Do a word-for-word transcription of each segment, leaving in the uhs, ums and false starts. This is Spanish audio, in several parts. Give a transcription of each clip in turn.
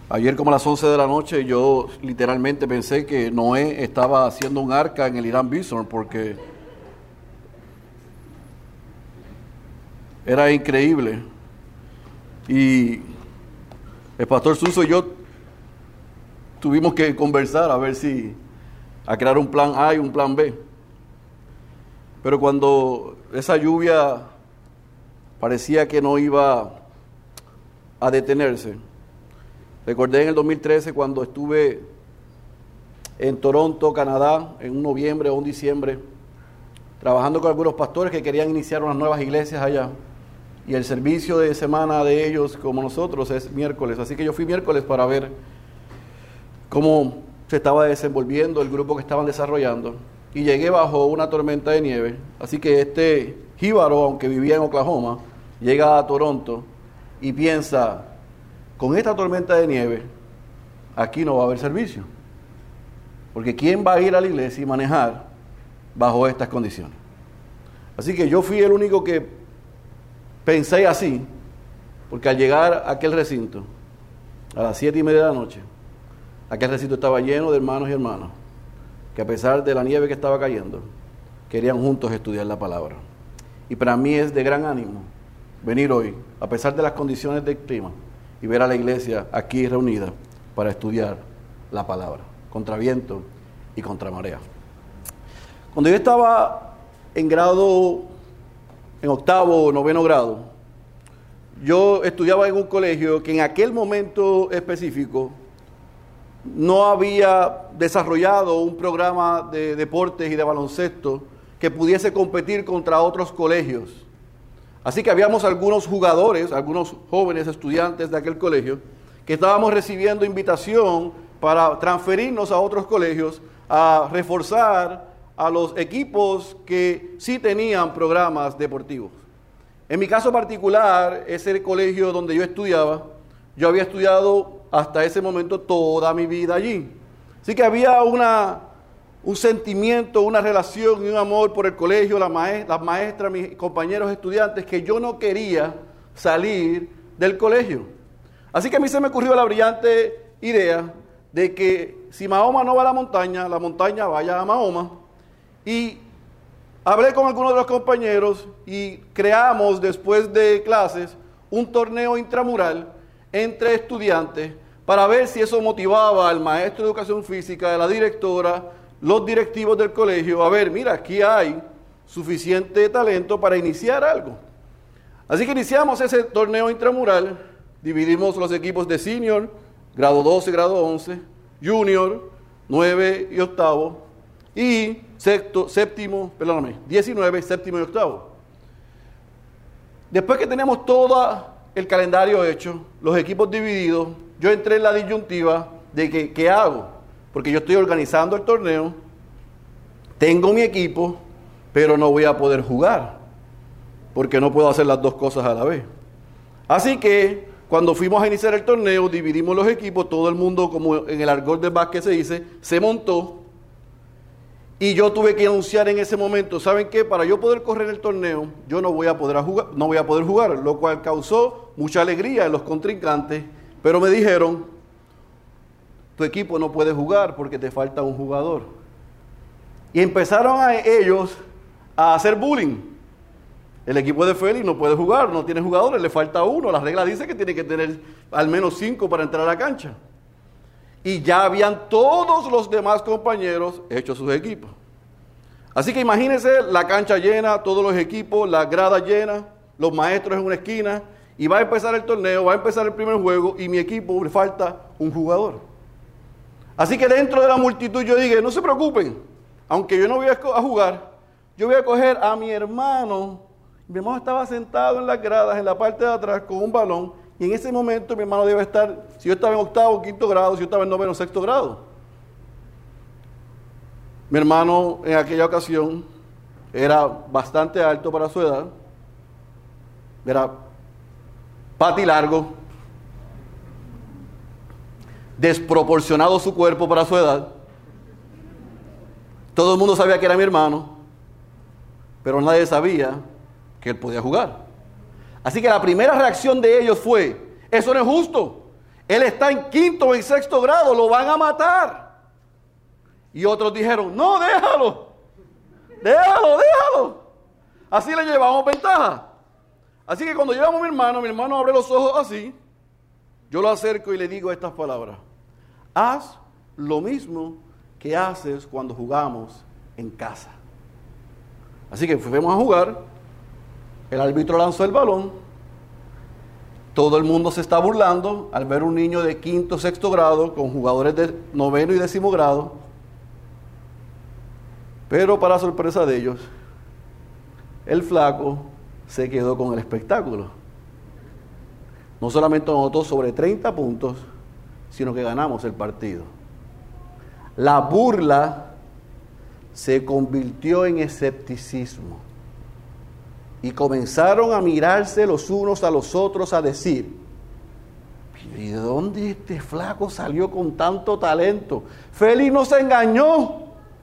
Ayer como a las once de la noche yo literalmente pensé que Noé estaba haciendo un arca en el Irán Bison porque era increíble. Y el pastor Suso y yo tuvimos que conversar a ver si a crear un plan A y un plan B. Pero cuando esa lluvia parecía que no iba a detenerse, recordé en el dos mil trece cuando estuve en Toronto, Canadá, en un noviembre o un diciembre, trabajando con algunos pastores que querían iniciar unas nuevas iglesias allá. Y el servicio de semana de ellos, como nosotros, es miércoles. Así que yo fui miércoles para ver cómo se estaba desenvolviendo el grupo que estaban desarrollando. Y llegué bajo una tormenta de nieve. Así que este jíbaro, aunque vivía en Oklahoma, llega a Toronto y piensa, con esta tormenta de nieve, aquí no va a haber servicio. Porque ¿quién va a ir a la iglesia y manejar bajo estas condiciones? Así que yo fui el único que pensé así, porque al llegar a aquel recinto, a las siete y media de la noche, aquel recinto estaba lleno de hermanos y hermanas, que a pesar de la nieve que estaba cayendo, querían juntos estudiar la palabra. Y para mí es de gran ánimo venir hoy, a pesar de las condiciones del clima, y ver a la iglesia aquí reunida para estudiar la palabra, contra viento y contra marea. Cuando yo estaba en grado, en octavo o noveno grado, yo estudiaba en un colegio que en aquel momento específico no había desarrollado un programa de deportes y de baloncesto que pudiese competir contra otros colegios. Así que habíamos algunos jugadores, algunos jóvenes estudiantes de aquel colegio, que estábamos recibiendo invitación para transferirnos a otros colegios a reforzar a los equipos que sí tenían programas deportivos. En mi caso particular, ese colegio donde yo estudiaba, yo había estudiado hasta ese momento toda mi vida allí. Así que había una, un sentimiento, una relación y un amor por el colegio, la maestra, las maestras, mis compañeros estudiantes, que yo no quería salir del colegio. Así que a mí se me ocurrió la brillante idea de que si Mahoma no va a la montaña, la montaña vaya a Mahoma. Y hablé con algunos de los compañeros y creamos después de clases un torneo intramural entre estudiantes para ver si eso motivaba al maestro de educación física, a la directora, los directivos del colegio, a ver, mira, aquí hay suficiente talento para iniciar algo. Así que iniciamos ese torneo intramural, dividimos los equipos de senior, grado doce, grado once, junior, nueve y octavo, y sexto, séptimo, perdóname, diecinueve, séptimo y octavo. Después que teníamos todo el calendario hecho, los equipos divididos, yo entré en la disyuntiva de que, ¿qué hago? Porque yo estoy organizando el torneo, tengo mi equipo, pero no voy a poder jugar, porque no puedo hacer las dos cosas a la vez. Así que, cuando fuimos a iniciar el torneo, dividimos los equipos, todo el mundo, como en el argot del básquet se dice, se montó, y yo tuve que anunciar en ese momento, ¿saben qué? Para yo poder correr el torneo, yo no voy a poder jugar, no voy a poder jugar, lo cual causó mucha alegría en los contrincantes, pero me dijeron, tu equipo no puede jugar porque te falta un jugador. Y empezaron a ellos a hacer bullying. El equipo de Félix no puede jugar, no tiene jugadores, le falta uno, la regla dice que tiene que tener al menos cinco para entrar a la cancha. Y ya habían todos los demás compañeros hecho sus equipos. Así que imagínense la cancha llena, todos los equipos, la grada llena, los maestros en una esquina, y va a empezar el torneo, va a empezar el primer juego, y mi equipo le falta un jugador. Así que dentro de la multitud yo dije, no se preocupen, aunque yo no voy a jugar, yo voy a coger a mi hermano. Mi hermano estaba sentado en las gradas, en la parte de atrás, con un balón, y en ese momento mi hermano debe estar, si yo estaba en octavo, quinto grado, si yo estaba en noveno, sexto grado. Mi hermano en aquella ocasión era bastante alto para su edad, era patilargo, desproporcionado su cuerpo para su edad. Todo el mundo sabía que era mi hermano, pero nadie sabía que él podía jugar. Así que la primera reacción de ellos fue, eso no es justo, Él está en quinto o en sexto grado, lo van a matar. Y otros dijeron, no, déjalo, déjalo, déjalo. Así le llevamos ventaja. Así que cuando llevamos a mi hermano, mi hermano abre los ojos así, yo lo acerco y le digo estas palabras: haz lo mismo que haces cuando jugamos en casa. Así que fuimos a jugar, el árbitro lanzó el balón, todo el mundo se está burlando al ver un niño de quinto, sexto grado con jugadores de noveno y décimo grado, pero para sorpresa de ellos, el flaco se quedó con el espectáculo. No solamente anotó sobre treinta puntos, sino que ganamos el partido. La burla se convirtió en escepticismo. Y comenzaron a mirarse los unos a los otros a decir: ¿y de dónde este flaco salió con tanto talento? Félix nos engañó.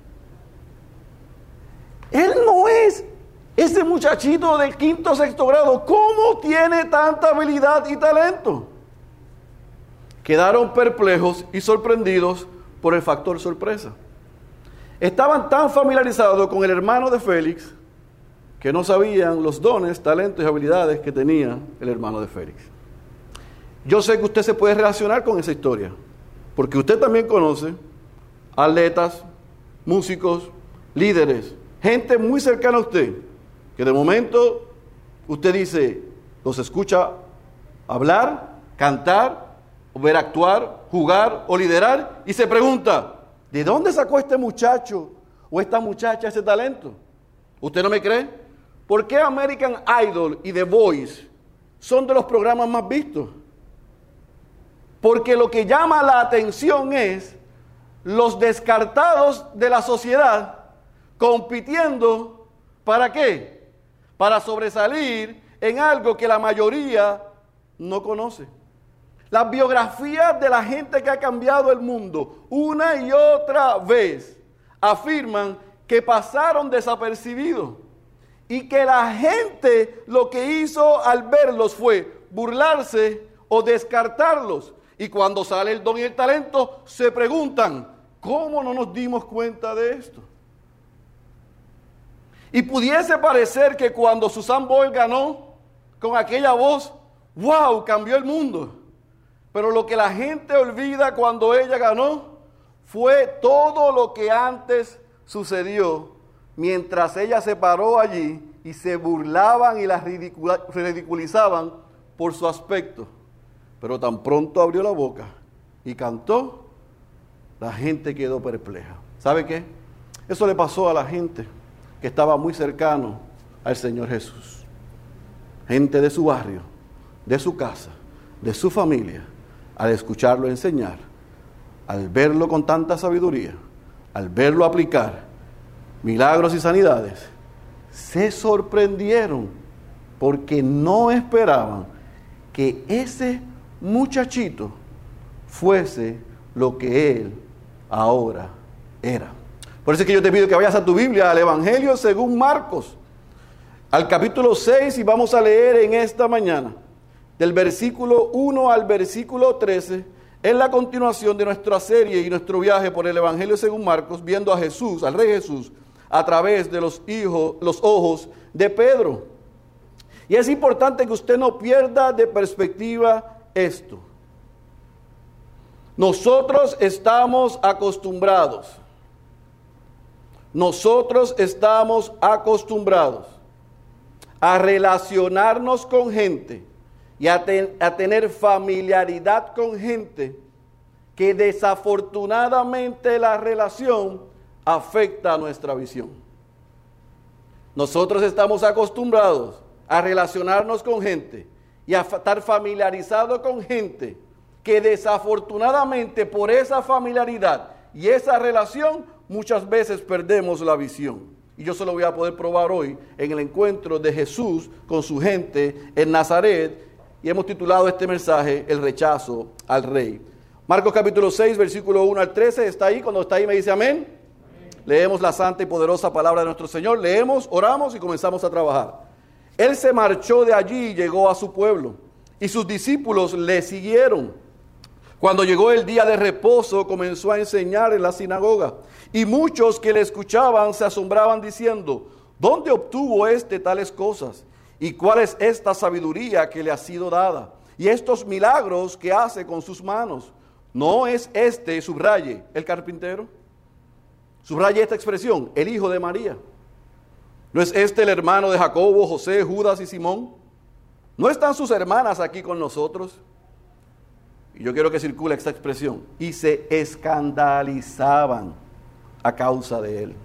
Él no es ese muchachito de quinto o sexto grado. ¿Cómo tiene tanta habilidad y talento? Quedaron perplejos y sorprendidos por el factor sorpresa. Estaban tan familiarizados con el hermano de Félix que no sabían los dones, talentos y habilidades que tenía el hermano de Félix. Yo sé que usted se puede relacionar con esa historia, porque usted también conoce atletas, músicos, líderes, gente muy cercana a usted, que de momento usted dice, los escucha hablar, cantar, ver actuar, jugar o liderar, y se pregunta, ¿de dónde sacó este muchacho o esta muchacha ese talento? ¿Usted no me cree? ¿Por qué American Idol y The Voice son de los programas más vistos? Porque lo que llama la atención es los descartados de la sociedad compitiendo, ¿para qué? Para sobresalir en algo que la mayoría no conoce. Las biografías de la gente que ha cambiado el mundo una y otra vez afirman que pasaron desapercibidos y que la gente lo que hizo al verlos fue burlarse o descartarlos. Y cuando sale el don y el talento, se preguntan, ¿cómo no nos dimos cuenta de esto? Y pudiese parecer que cuando Susan Boyle ganó con aquella voz, ¡wow!, cambió el mundo. Pero lo que la gente olvida cuando ella ganó fue todo lo que antes sucedió mientras ella se paró allí y se burlaban y la ridiculizaban por su aspecto. Pero tan pronto abrió la boca y cantó, la gente quedó perpleja. ¿Sabe qué? Eso le pasó a la gente que estaba muy cercano al Señor Jesús. Gente de su barrio, de su casa, de su familia, al escucharlo enseñar, al verlo con tanta sabiduría, al verlo aplicar milagros y sanidades, se sorprendieron porque no esperaban que ese muchachito fuese lo que él ahora era. Por eso es que yo te pido que vayas a tu Biblia, al Evangelio según Marcos, al capítulo seis, y vamos a leer en esta mañana, del versículo uno al versículo trece, es la continuación de nuestra serie y nuestro viaje por el Evangelio según Marcos, viendo a Jesús, al Rey Jesús, a través de los, hijos, los ojos de Pedro. Y es importante que usted no pierda de perspectiva esto. Nosotros estamos acostumbrados, nosotros estamos acostumbrados a relacionarnos con gente y a, ten, a tener familiaridad con gente que desafortunadamente la relación afecta a nuestra visión. Nosotros estamos acostumbrados a relacionarnos con gente y a estar familiarizados con gente que desafortunadamente por esa familiaridad y esa relación muchas veces perdemos la visión. Y yo se lo voy a poder probar hoy en el encuentro de Jesús con su gente en Nazaret, y hemos titulado este mensaje El rechazo al rey. Marcos capítulo seis, versículo uno al trece, ¿está ahí? Cuando está ahí me dice amén. Amén. Leemos la santa y poderosa palabra de nuestro Señor, leemos, oramos y comenzamos a trabajar. Él se marchó de allí y llegó a su pueblo, y sus discípulos le siguieron. Cuando llegó el día de reposo, comenzó a enseñar en la sinagoga, y muchos que le escuchaban se asombraban diciendo: ¿dónde obtuvo éste tales cosas? ¿Y cuál es esta sabiduría que le ha sido dada? Y estos milagros que hace con sus manos. ¿No es este, subraye, el carpintero? Subraye esta expresión, el hijo de María. ¿No es este el hermano de Jacobo, José, Judas y Simón? ¿No están sus hermanas aquí con nosotros? Y yo quiero que circule esta expresión. Y se escandalizaban a causa de él.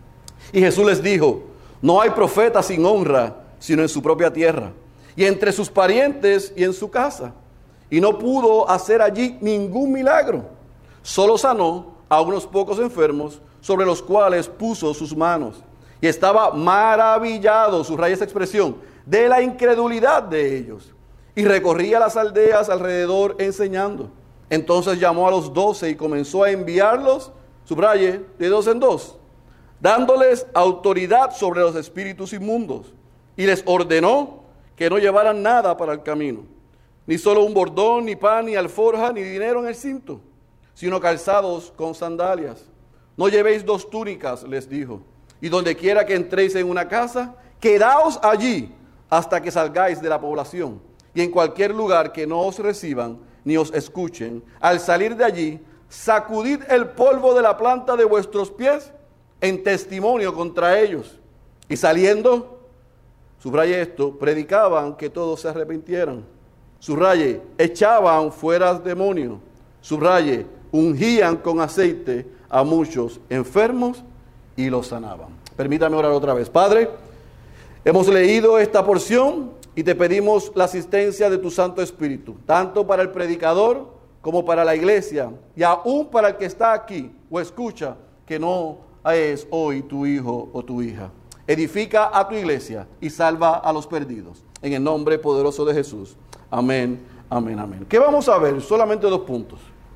Y Jesús les dijo: no hay profeta sin honra, sino en su propia tierra, y entre sus parientes y en su casa. Y no pudo hacer allí ningún milagro. Solo sanó a unos pocos enfermos, sobre los cuales puso sus manos. Y estaba maravillado, subraya esa expresión, de la incredulidad de ellos. Y recorría las aldeas alrededor enseñando. Entonces llamó a los doce y comenzó a enviarlos, subraye, de dos en dos, dándoles autoridad sobre los espíritus inmundos. Y les ordenó que no llevaran nada para el camino, ni solo un bordón, ni pan, ni alforja, ni dinero en el cinto, sino calzados con sandalias. No llevéis dos túnicas, les dijo, y donde quiera que entréis en una casa, quedaos allí hasta que salgáis de la población. Y en cualquier lugar que no os reciban, ni os escuchen, al salir de allí, sacudid el polvo de la planta de vuestros pies en testimonio contra ellos. Y saliendo, subraye esto, predicaban que todos se arrepintieran. Subraye, echaban fuera demonios. Subraye, ungían con aceite a muchos enfermos y los sanaban. Permítame orar otra vez. Padre, hemos leído esta porción y te pedimos la asistencia de tu Santo Espíritu, tanto para el predicador como para la iglesia, y aún para el que está aquí o escucha que no es hoy tu hijo o tu hija. Edifica a tu iglesia y salva a los perdidos. En el nombre poderoso de Jesús. Amén, amén, amén. ¿Qué vamos a ver? Solamente dos puntos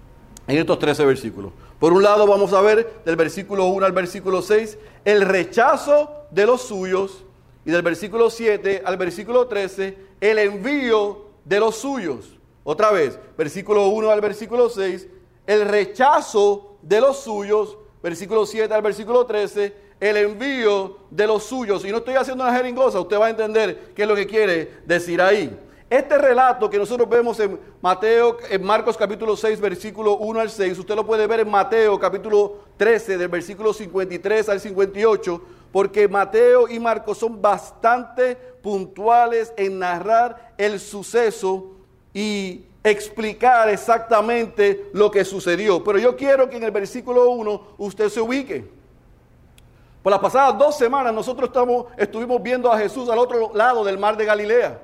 en estos trece versículos. Por un lado vamos a ver del versículo uno al versículo seis el rechazo de los suyos, y del versículo siete al versículo trece el envío de los suyos. Otra vez, versículo uno al versículo seis, el rechazo de los suyos, versículo siete al versículo trece, el envío de los suyos. Y no estoy haciendo una jeringosa, usted va a entender qué es lo que quiere decir ahí. Este relato que nosotros vemos en Mateo, en Marcos capítulo seis, versículo uno al seis, usted lo puede ver en Mateo capítulo trece, del versículo cincuenta y tres al cincuenta y ocho, porque Mateo y Marcos son bastante puntuales en narrar el suceso y explicar exactamente lo que sucedió. Pero yo quiero que en el versículo uno usted se ubique. Por las pasadas dos semanas nosotros estamos, estuvimos viendo a Jesús al otro lado del mar de Galilea,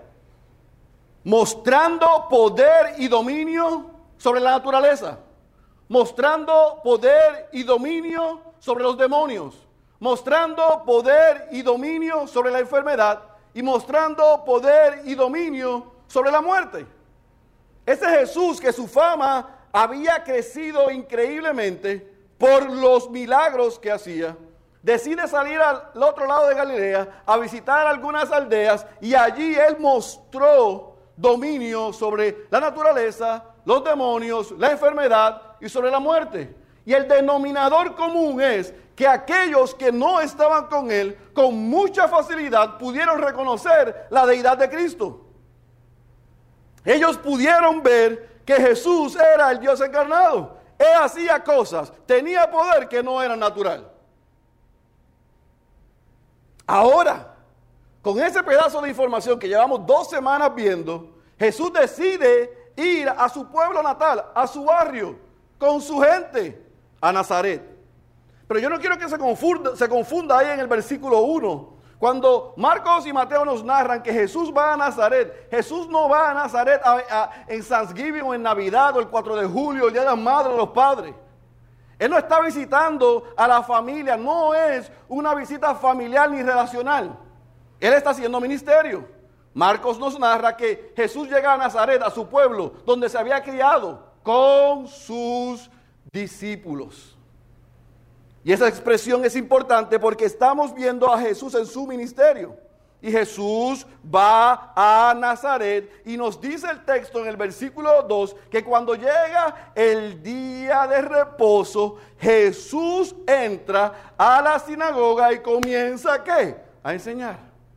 mostrando poder y dominio sobre la naturaleza, mostrando poder y dominio sobre los demonios, mostrando poder y dominio sobre la enfermedad y mostrando poder y dominio sobre la muerte. Ese Jesús que su fama había crecido increíblemente por los milagros que hacía, decide salir al otro lado de Galilea a visitar algunas aldeas, y allí él mostró dominio sobre la naturaleza, los demonios, la enfermedad y sobre la muerte. Y el denominador común es que aquellos que no estaban con él, con mucha facilidad pudieron reconocer la deidad de Cristo. Ellos pudieron ver que Jesús era el Dios encarnado. Él hacía cosas, tenía poder que no era natural. Ahora, con ese pedazo de información que llevamos dos semanas viendo, Jesús decide ir a su pueblo natal, a su barrio, con su gente, a Nazaret. Pero yo no quiero que se confunda, se confunda ahí en el versículo uno. Cuando Marcos y Mateo nos narran que Jesús va a Nazaret, Jesús no va a Nazaret a, a, en Thanksgiving o en Navidad o el cuatro de julio, el Día de las Madres o los Padres. Él no está visitando a la familia, no es una visita familiar ni relacional. Él está haciendo ministerio. Marcos nos narra que Jesús llega a Nazaret, a su pueblo, donde se había criado, con sus discípulos. Y esa expresión es importante porque estamos viendo a Jesús en su ministerio. Y Jesús va a Nazaret y nos dice el texto en el versículo dos que cuando llega el día de reposo, Jesús entra a la sinagoga y comienza ¿qué? A enseñar.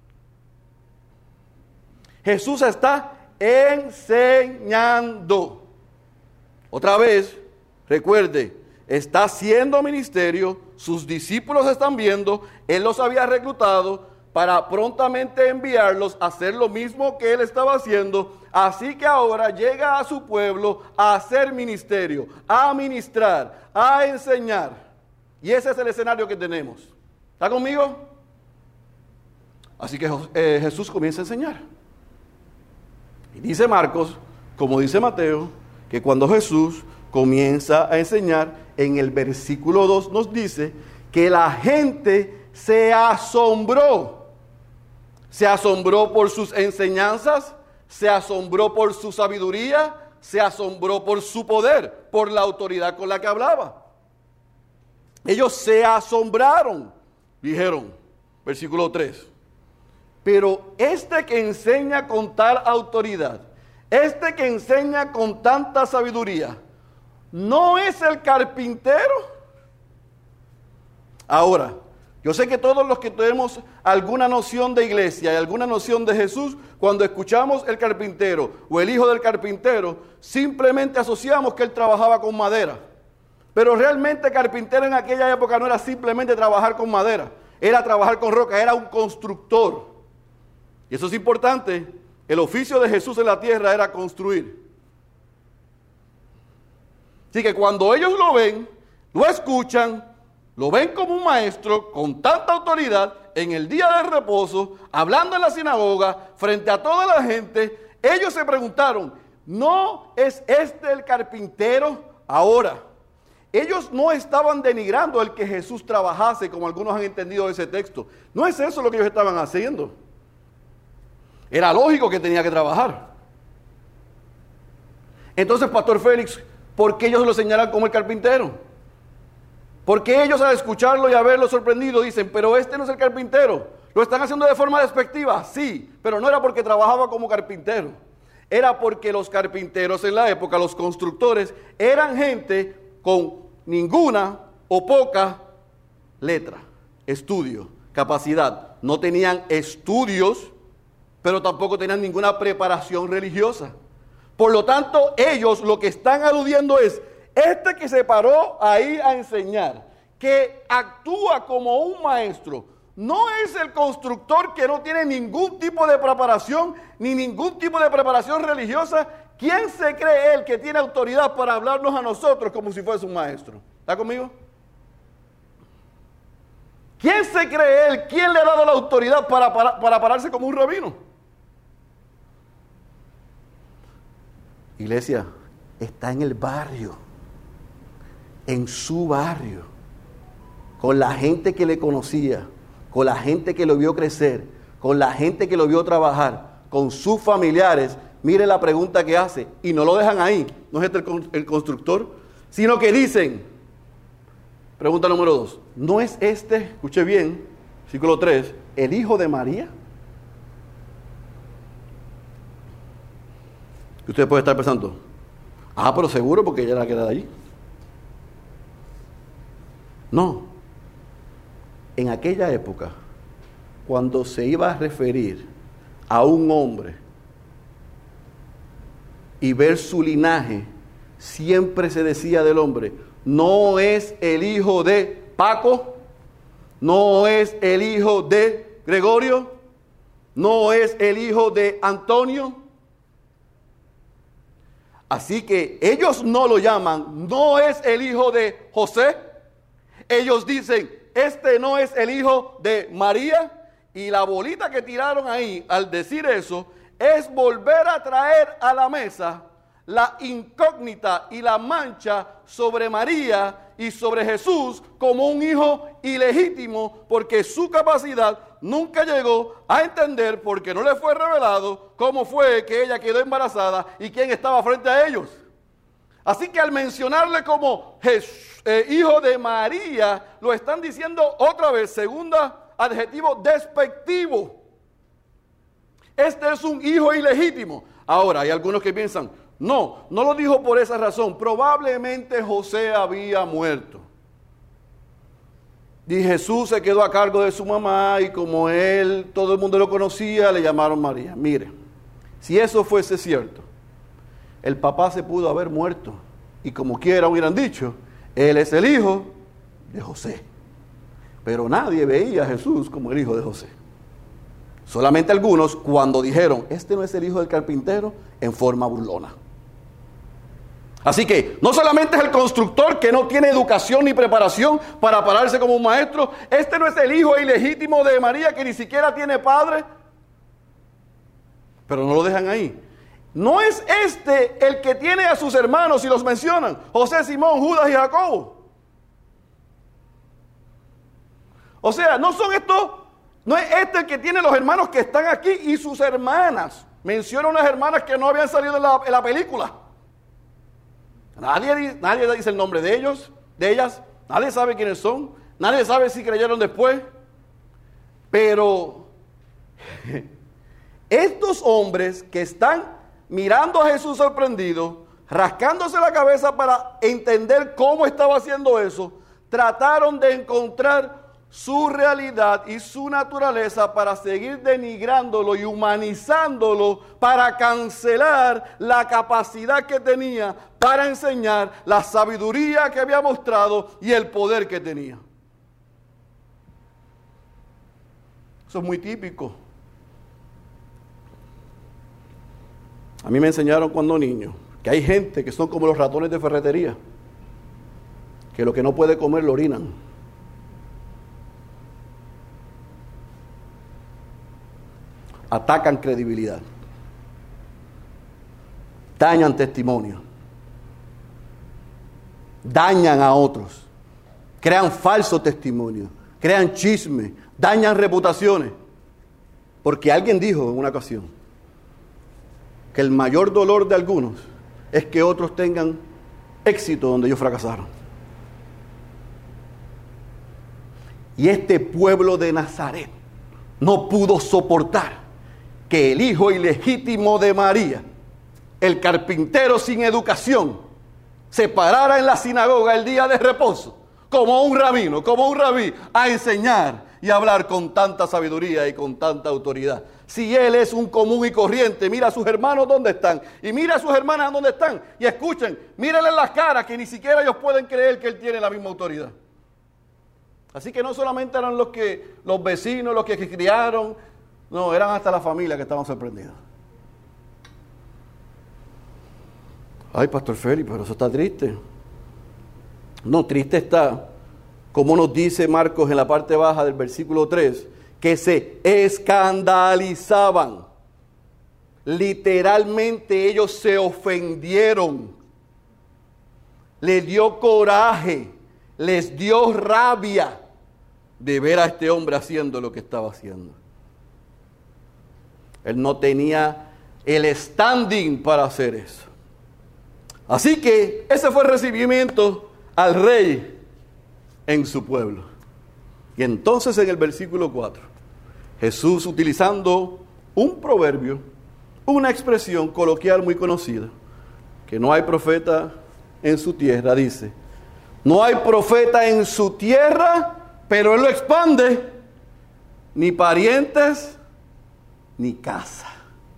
Jesús está enseñando. Otra vez, recuerde, está haciendo ministerio, sus discípulos están viendo, Él los había reclutado para prontamente enviarlos a hacer lo mismo que Él estaba haciendo. Así que ahora llega a su pueblo a hacer ministerio, a ministrar, a enseñar. Y ese es el escenario que tenemos. ¿Está conmigo? Así que eh, Jesús comienza a enseñar. Y dice Marcos, como dice Mateo, que cuando Jesús comienza a enseñar, en el versículo dos nos dice que la gente se asombró. Se asombró por sus enseñanzas, se asombró por su sabiduría, se asombró por su poder, por la autoridad con la que hablaba. Ellos se asombraron, dijeron, versículo tres. Pero este que enseña con tal autoridad, este que enseña con tanta sabiduría, ¿no es el carpintero? Ahora, yo sé que todos los que tenemos alguna noción de iglesia y alguna noción de Jesús, cuando escuchamos el carpintero o el hijo del carpintero, simplemente asociamos que él trabajaba con madera. Pero realmente carpintero en aquella época no era simplemente trabajar con madera, era trabajar con roca, era un constructor. Y eso es importante, el oficio de Jesús en la tierra era construir. Así que cuando ellos lo ven, lo escuchan, lo ven como un maestro con tanta autoridad en el día del reposo, hablando en la sinagoga, frente a toda la gente, ellos se preguntaron, ¿no es este el carpintero? Ahora, ellos no estaban denigrando el que Jesús trabajase, como algunos han entendido de ese texto. No es eso lo que ellos estaban haciendo. Era lógico que tenía que trabajar. Entonces, Pastor Félix, ¿por qué ellos lo señalan como el carpintero? Porque ellos al escucharlo y haberlo sorprendido dicen, pero este no es el carpintero. Lo están haciendo de forma despectiva, sí, pero no era porque trabajaba como carpintero. Era porque los carpinteros en la época, los constructores, eran gente con ninguna o poca letra, estudio, capacidad. No tenían estudios, pero tampoco tenían ninguna preparación religiosa. Por lo tanto, ellos lo que están aludiendo es, este que se paró ahí a enseñar, que actúa como un maestro, no es el constructor que no tiene ningún tipo de preparación, ni ningún tipo de preparación religiosa. ¿Quién se cree él que tiene autoridad para hablarnos a nosotros como si fuese un maestro? ¿Está conmigo? ¿Quién se cree él? ¿Quién le ha dado la autoridad para, para, para pararse como un rabino? Iglesia, está en el barrio, en su barrio, con la gente que le conocía, con la gente que lo vio crecer, con la gente que lo vio trabajar, con sus familiares. Mire la pregunta que hace, y no lo dejan ahí, no es este el, el constructor, sino que dicen, pregunta número dos, ¿no es este, escuche bien, versículo tres, el hijo de María? Y usted puede estar pensando, ah, pero seguro porque ella la queda allí. No, en aquella época, cuando se iba a referir a un hombre y ver su linaje, siempre se decía del hombre, no es el hijo de Paco, no es el hijo de Gregorio, no es el hijo de Antonio. Así que ellos no lo llaman, no es el hijo de José. Ellos dicen, este no es el hijo de María. Y la bolita que tiraron ahí al decir eso es volver a traer a la mesa la incógnita y la mancha sobre María y sobre Jesús como un hijo ilegítimo, porque su capacidad nunca llegó a entender, porque no le fue revelado cómo fue que ella quedó embarazada y quién estaba frente a ellos. Así que al mencionarle como Jesús, eh, hijo de María, lo están diciendo otra vez, segunda adjetivo despectivo. Este es un hijo ilegítimo. Ahora, hay algunos que piensan, no, no lo dijo por esa razón. Probablemente José había muerto. Y Jesús se quedó a cargo de su mamá y como él, todo el mundo lo conocía, le llamaron María. Mire, si eso fuese cierto, el papá se pudo haber muerto. Y como quiera hubieran dicho, él es el hijo de José. Pero nadie veía a Jesús como el hijo de José. Solamente algunos cuando dijeron, este no es el hijo del carpintero, en forma burlona. Así que no solamente es el constructor que no tiene educación ni preparación para pararse como un maestro, este no es el hijo ilegítimo de María que ni siquiera tiene padre. Pero no lo dejan ahí. No es este el que tiene a sus hermanos y los mencionan, José, Simón, Judas y Jacobo. O sea, no son estos, no es este el que tiene los hermanos que están aquí y sus hermanas. Menciona unas hermanas que no habían salido en la, en la película. Nadie, nadie dice el nombre de ellos, de ellas. Nadie sabe quiénes son. Nadie sabe si creyeron después. Pero estos hombres que están mirando a Jesús sorprendido, rascándose la cabeza para entender cómo estaba haciendo eso, trataron de encontrar su realidad y su naturaleza para seguir denigrándolo y humanizándolo, para cancelar la capacidad que tenía para enseñar, la sabiduría que había mostrado y el poder que tenía. Eso es muy típico. A mí me enseñaron cuando niño que hay gente que son como los ratones de ferretería, que lo que no puede comer lo orinan. Atacan credibilidad, dañan testimonio, dañan a otros, crean falso testimonio, crean chisme, dañan reputaciones. Porque alguien dijo en una ocasión que el mayor dolor de algunos es que otros tengan éxito donde ellos fracasaron. Y este pueblo de Nazaret no pudo soportar que el hijo ilegítimo de María, el carpintero sin educación, se parara en la sinagoga el día de reposo, como un rabino, como un rabí, a enseñar y hablar con tanta sabiduría y con tanta autoridad. Si él es un común y corriente, mira a sus hermanos dónde están, y mira a sus hermanas dónde están, y escuchen, mírenle en las caras, que ni siquiera ellos pueden creer que él tiene la misma autoridad. Así que no solamente eran los que, los vecinos, los que criaron, no, eran hasta la familia que estaban sorprendidos. Ay, Pastor Félix, pero eso está triste. No, triste está, como nos dice Marcos en la parte baja del versículo tres, que se escandalizaban. Literalmente ellos se ofendieron. Les dio coraje, les dio rabia de ver a este hombre haciendo lo que estaba haciendo. Él no tenía el standing para hacer eso. Así que ese fue el recibimiento al rey en su pueblo. Y entonces en el versículo cuatro, Jesús, utilizando un proverbio, una expresión coloquial muy conocida, que no hay profeta en su tierra, dice, no hay profeta en su tierra, pero él lo expande, ni parientes, ni casa.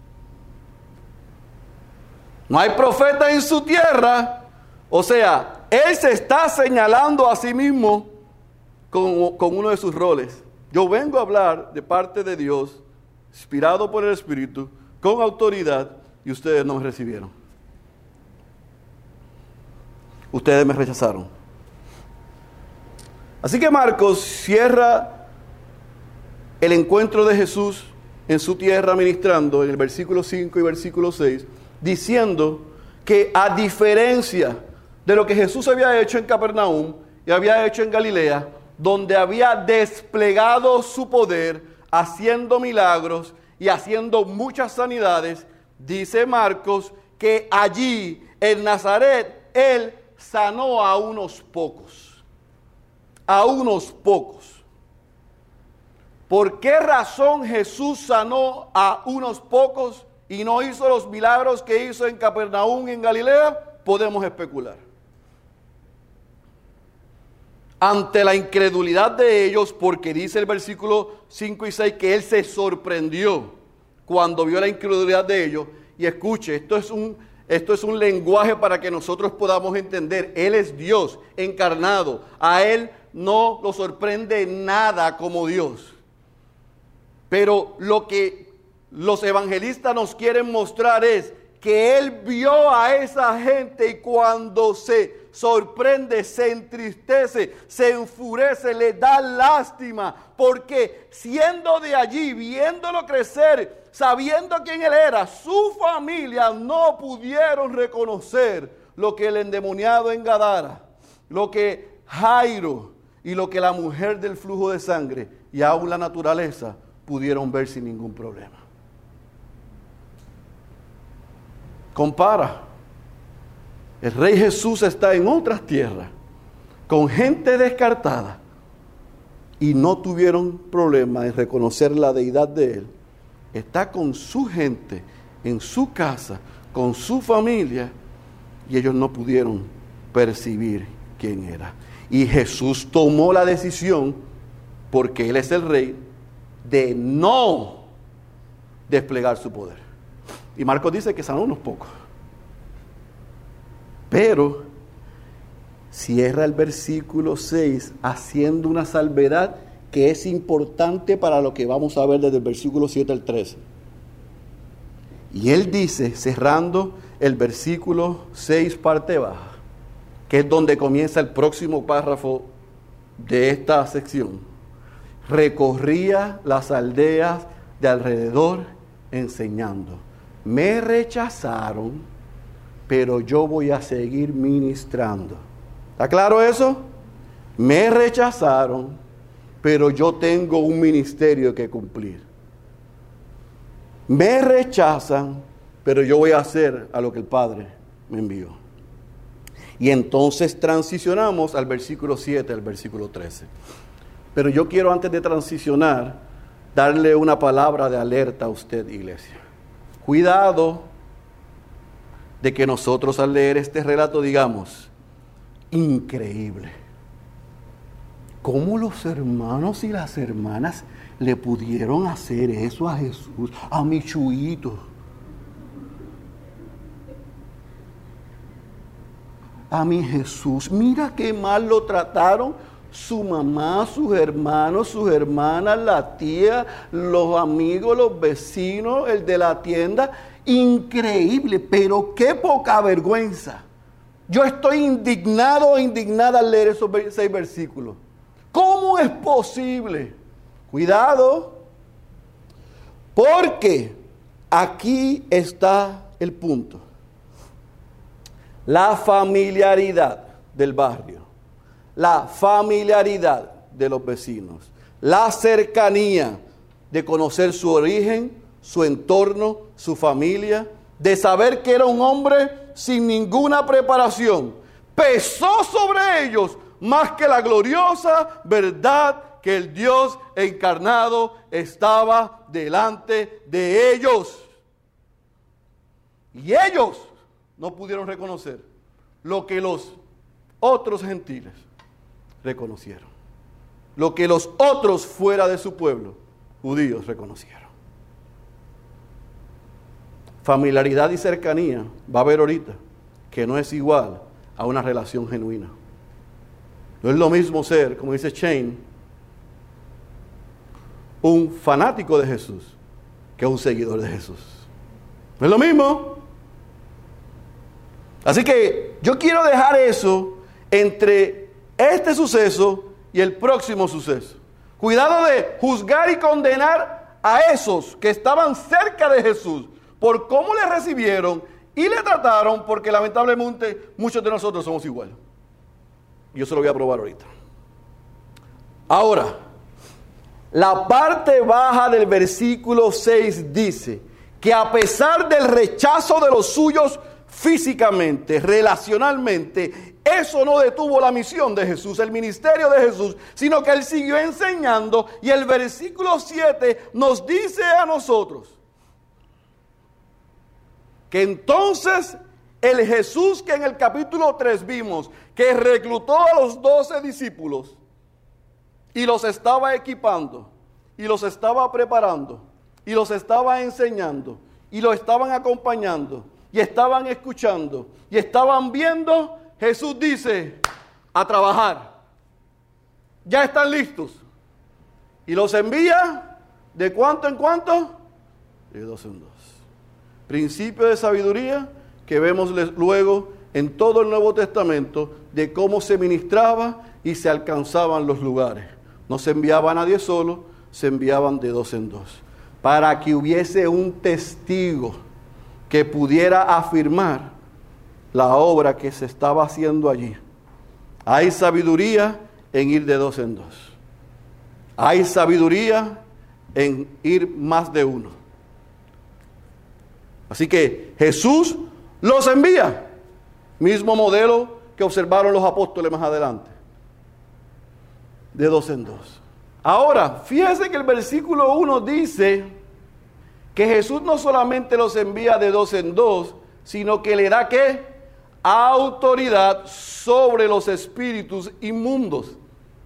No hay profeta en su tierra, o sea, él se está señalando a sí mismo con, con uno de sus roles. Yo vengo a hablar de parte de Dios, inspirado por el Espíritu, con autoridad, y ustedes no me recibieron. Ustedes me rechazaron. Así que Marcos cierra el encuentro de Jesús en su tierra ministrando, en el versículo cinco y versículo seis, diciendo que a diferencia de lo que Jesús había hecho en Capernaum y había hecho en Galilea, donde había desplegado su poder, haciendo milagros y haciendo muchas sanidades, dice Marcos que allí en Nazaret él sanó a unos pocos, a unos pocos. ¿Por qué razón Jesús sanó a unos pocos y no hizo los milagros que hizo en Capernaum, en Galilea? Podemos especular. Ante la incredulidad de ellos, porque dice el versículo cinco y seis que Él se sorprendió cuando vio la incredulidad de ellos. Y escuche, esto es un, esto es un lenguaje para que nosotros podamos entender. Él es Dios encarnado. A Él no lo sorprende nada como Dios. Pero lo que los evangelistas nos quieren mostrar es que Él vio a esa gente y cuando se sorprende, se entristece, se enfurece, le da lástima, porque siendo de allí, viéndolo crecer, sabiendo quién Él era, su familia no pudieron reconocer lo que el endemoniado en Gadara, lo que Jairo y lo que la mujer del flujo de sangre y aún la naturaleza pudieron ver sin ningún problema. Compara. El Rey Jesús está en otras tierras, con gente descartada, y no tuvieron problema en reconocer la deidad de Él. Está con su gente, en su casa, con su familia, y ellos no pudieron percibir quién era. Y Jesús tomó la decisión, porque Él es el Rey, de no desplegar su poder. Y Marcos dice que sanó unos pocos. Pero cierra el versículo seis haciendo una salvedad que es importante para lo que vamos a ver desde el versículo siete al trece. Y él dice, cerrando el versículo seis parte baja, que es donde comienza el próximo párrafo de esta sección: recorría las aldeas de alrededor enseñando. Me rechazaron, pero yo voy a seguir ministrando. ¿Está claro eso? Me rechazaron, pero yo tengo un ministerio que cumplir. Me rechazan, pero yo voy a hacer a lo que el Padre me envió. Y entonces transicionamos al versículo siete, al versículo trece. Pero yo quiero, antes de transicionar, darle una palabra de alerta a usted, iglesia. Cuidado de que nosotros al leer este relato digamos, increíble. ¿Cómo los hermanos y las hermanas le pudieron hacer eso a Jesús, a mi Chuito? A mi Jesús, mira qué mal lo trataron. Su mamá, sus hermanos, sus hermanas, la tía, los amigos, los vecinos, el de la tienda. Increíble, pero qué poca vergüenza. Yo estoy indignado, indignada al leer esos seis versículos. ¿Cómo es posible? Cuidado, porque aquí está el punto. La familiaridad del barrio. La familiaridad de los vecinos, la cercanía de conocer su origen, su entorno, su familia, de saber que era un hombre sin ninguna preparación, pesó sobre ellos más que la gloriosa verdad que el Dios encarnado estaba delante de ellos. Y ellos no pudieron reconocer lo que los otros gentiles reconocieron, lo que los otros fuera de su pueblo, judíos, reconocieron. Familiaridad y cercanía va a haber ahorita, que no es igual a una relación genuina. No es lo mismo ser, como dice Shane, un fanático de Jesús que un seguidor de Jesús. No es lo mismo. Así que yo quiero dejar eso entre este suceso y el próximo suceso. Cuidado de juzgar y condenar a esos que estaban cerca de Jesús por cómo le recibieron y le trataron, porque lamentablemente muchos de nosotros somos iguales. Yo se lo voy a probar ahorita. Ahora, la parte baja del versículo seis dice que a pesar del rechazo de los suyos físicamente, relacionalmente, eso no detuvo la misión de Jesús, el ministerio de Jesús, sino que Él siguió enseñando, y el versículo siete nos dice a nosotros que entonces el Jesús que en el capítulo tres vimos, que reclutó a los doce discípulos y los estaba equipando, y los estaba preparando, y los estaba enseñando, y los estaban acompañando, y estaban escuchando, y estaban viendo, Jesús dice, a trabajar. Ya están listos. Y los envía, ¿de cuánto en cuánto? De dos en dos. Principio de sabiduría que vemos luego en todo el Nuevo Testamento de cómo se ministraba y se alcanzaban los lugares. No se enviaba a nadie solo, se enviaban de dos en dos. Para que hubiese un testigo que pudiera afirmar la obra que se estaba haciendo allí. Hay sabiduría en ir de dos en dos. Hay sabiduría en ir más de uno. Así que Jesús los envía. Mismo modelo que observaron los apóstoles más adelante. De dos en dos. Ahora, fíjense que el versículo uno dice que Jesús no solamente los envía de dos en dos, sino que le da ¿qué? Autoridad sobre los espíritus inmundos.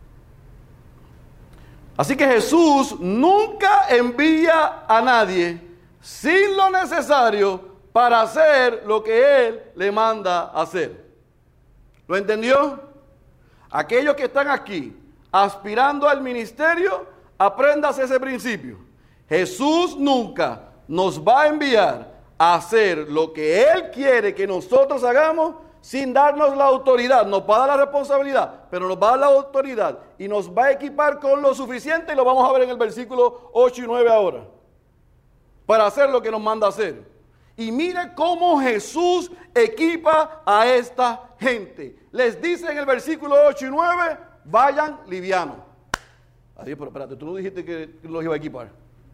Así que Jesús nunca envía a nadie sin lo necesario para hacer lo que Él le manda hacer. ¿Lo entendió? Aquellos que están aquí aspirando al ministerio, apréndase ese principio. Jesús nunca nos va a enviar a hacer lo que Él quiere que nosotros hagamos sin darnos la autoridad. Nos va a dar la responsabilidad, pero nos va a dar la autoridad y nos va a equipar con lo suficiente, y lo vamos a ver en el versículo ocho y nueve ahora, para hacer lo que nos manda hacer. Y mire cómo Jesús equipa a esta gente. Les dice en el versículo ocho y nueve, vayan livianos. Adiós, pero espérate, tú no dijiste que los iba a equipar.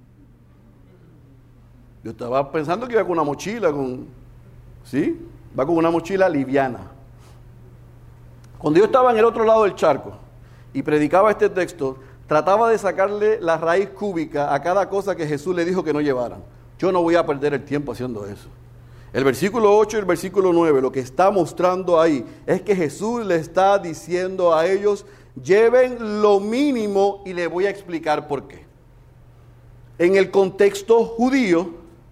Yo estaba pensando que iba con una mochila, con, ¿sí? Va con una mochila liviana. Cuando yo estaba en el otro lado del charco y predicaba este texto, trataba de sacarle la raíz cúbica a cada cosa que Jesús le dijo que no llevaran. Yo no voy a perder el tiempo haciendo eso. El versículo ocho y el versículo nueve, lo que está mostrando ahí es que Jesús le está diciendo a ellos, lleven lo mínimo, y le voy a explicar por qué. En el contexto judío,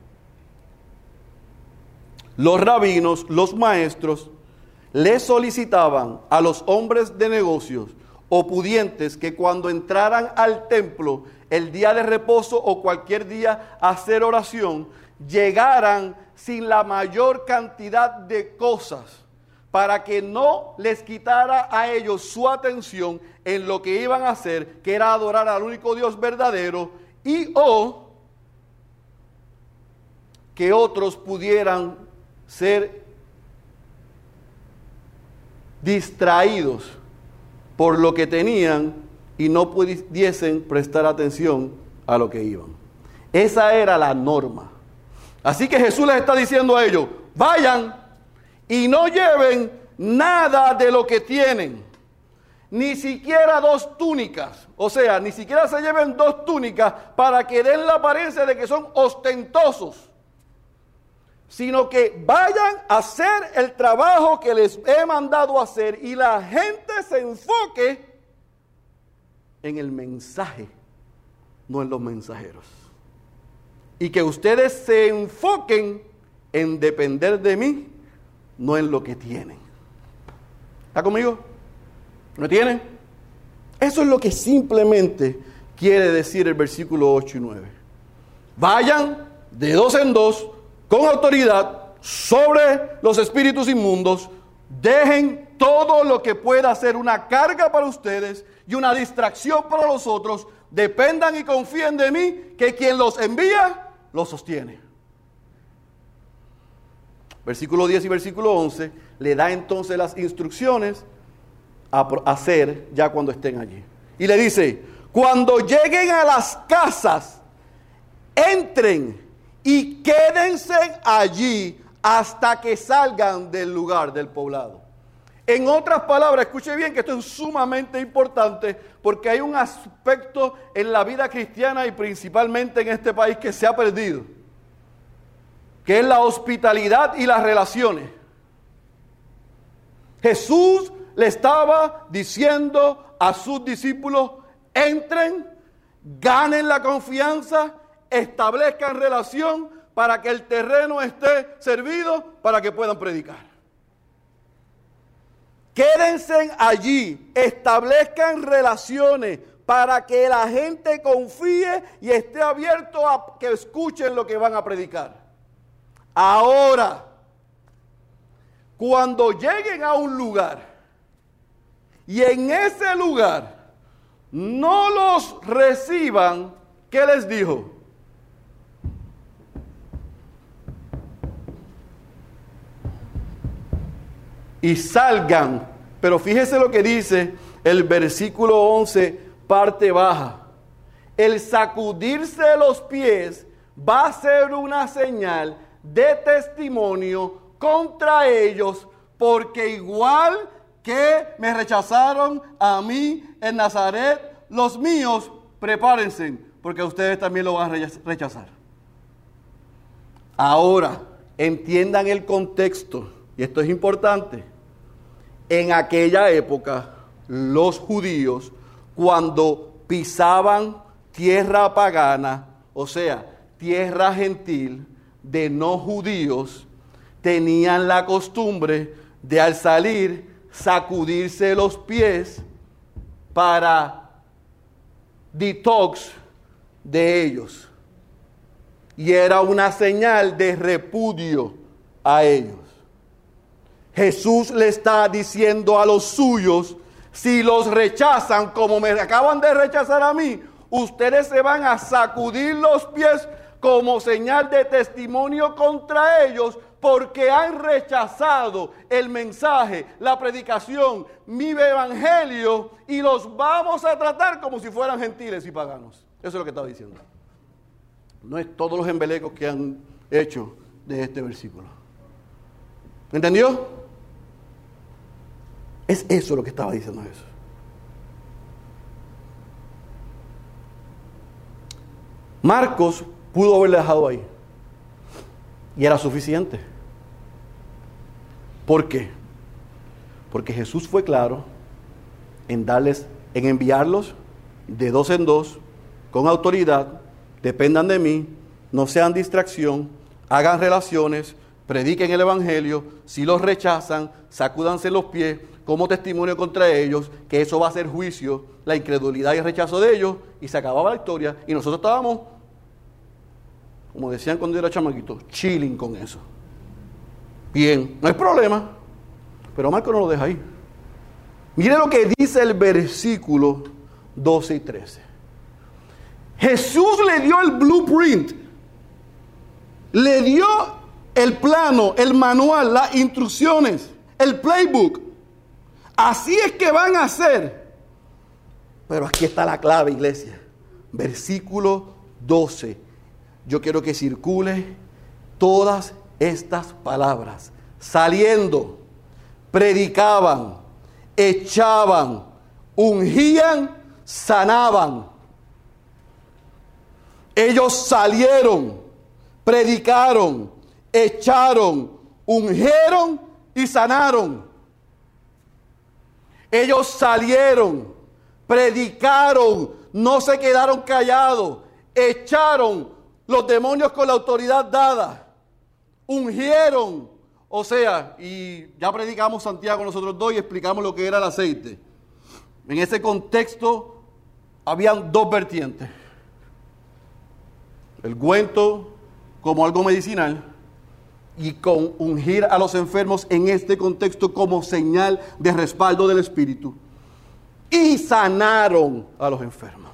los rabinos, los maestros, le solicitaban a los hombres de negocios o pudientes que cuando entraran al templo el día de reposo o cualquier día a hacer oración, llegaran sin la mayor cantidad de cosas, para que no les quitara a ellos su atención en lo que iban a hacer, que era adorar al único Dios verdadero, y o que otros pudieran ser distraídos por lo que tenían y no pudiesen prestar atención a lo que iban. Esa era la norma. Así que Jesús les está diciendo a ellos, vayan y no lleven nada de lo que tienen, ni siquiera dos túnicas. O sea, ni siquiera se lleven dos túnicas para que den la apariencia de que son ostentosos, sino que vayan a hacer el trabajo que les he mandado hacer, y la gente se enfoque en el mensaje, no en los mensajeros. Y que ustedes se enfoquen en depender de mí, no en lo que tienen. ¿Está conmigo? ¿No tienen? Eso es lo que simplemente quiere decir el versículo ocho y nueve. Vayan de dos en dos, con autoridad sobre los espíritus inmundos. Dejen todo lo que pueda ser una carga para ustedes y una distracción para los otros. Dependan y confíen de mí, que quien los envía los sostiene. Versículo diez y versículo once le da entonces las instrucciones a hacer ya cuando estén allí. Y le dice, cuando lleguen a las casas, entren y quédense allí hasta que salgan del lugar del poblado. En otras palabras, escuche bien que esto es sumamente importante porque hay un aspecto en la vida cristiana y principalmente en este país que se ha perdido, que es la hospitalidad y las relaciones. Jesús le estaba diciendo a sus discípulos: entren, ganen la confianza, establezcan relación para que el terreno esté servido para que puedan predicar. Quédense allí, establezcan relaciones para que la gente confíe y esté abierto a que escuchen lo que van a predicar. Ahora, cuando lleguen a un lugar y en ese lugar no los reciban, ¿qué les dijo? Y salgan. Pero fíjese lo que dice el versículo once, parte baja. El sacudirse los pies va a ser una señal de testimonio contra ellos, porque igual que me rechazaron a mí en Nazaret, los míos, prepárense, porque ustedes también lo van a rechazar. Ahora, entiendan el contexto, y esto es importante. En aquella época, los judíos, cuando pisaban tierra pagana, o sea, tierra gentil de no judíos, tenían la costumbre de al salir sacudirse los pies para detox de ellos. Y era una señal de repudio a ellos. Jesús le está diciendo a los suyos: si los rechazan como me acaban de rechazar a mí, ustedes se van a sacudir los pies como señal de testimonio contra ellos, porque han rechazado el mensaje, la predicación, mi evangelio, y los vamos a tratar como si fueran gentiles y paganos. Eso es lo que estaba diciendo. No es todos los embelecos que han hecho de este versículo. ¿Entendió? Es eso lo que estaba diciendo Jesús. Marcos pudo haberle dejado ahí y era suficiente. ¿Por qué? Porque Jesús fue claro en darles, en enviarlos de dos en dos, con autoridad. Dependan de mí, no sean distracción, hagan relaciones, prediquen el evangelio. Si los rechazan, sacúdanse los pies como testimonio contra ellos, que eso va a ser juicio, la incredulidad y el rechazo de ellos, y se acababa la historia. Y nosotros estábamos, como decían cuando yo era chamaquito, chilling con eso. Bien, no hay problema, pero Marco no lo deja ahí. Mire lo que dice el versículo doce y trece. Jesús le dio el blueprint, le dio el plano, el manual, las instrucciones, el playbook. Así es que van a hacer. Pero aquí está la clave, iglesia. Versículo doce. Yo quiero que circule todas estas palabras. Saliendo, predicaban, echaban, ungían, sanaban. Ellos salieron, predicaron, echaron, ungieron y sanaron. Ellos salieron, predicaron, no se quedaron callados, echaron los demonios con la autoridad dada, ungieron, o sea, y ya predicamos Santiago nosotros dos y explicamos lo que era el aceite. En ese contexto habían dos vertientes: el ungüento como algo medicinal, y con ungir a los enfermos en este contexto como señal de respaldo del Espíritu. Y sanaron a los enfermos.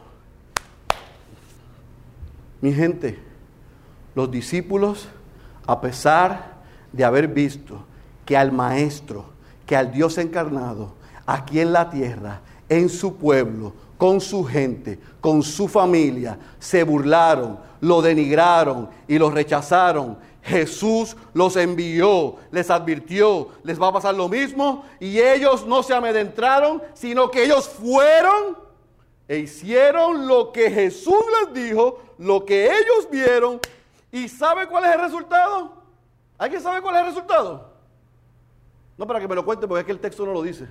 Mi gente, los discípulos, a pesar de haber visto que al Maestro, que al Dios encarnado, aquí en la tierra, en su pueblo, con su gente, con su familia, se burlaron, lo denigraron y lo rechazaron, Jesús los envió, les advirtió, les va a pasar lo mismo, y ellos no se amedrentaron, sino que ellos fueron e hicieron lo que Jesús les dijo, lo que ellos vieron. ¿Y sabe cuál es el resultado? ¿Alguien sabe cuál es el resultado? No, para que me lo cuente, porque es que el texto no lo dice.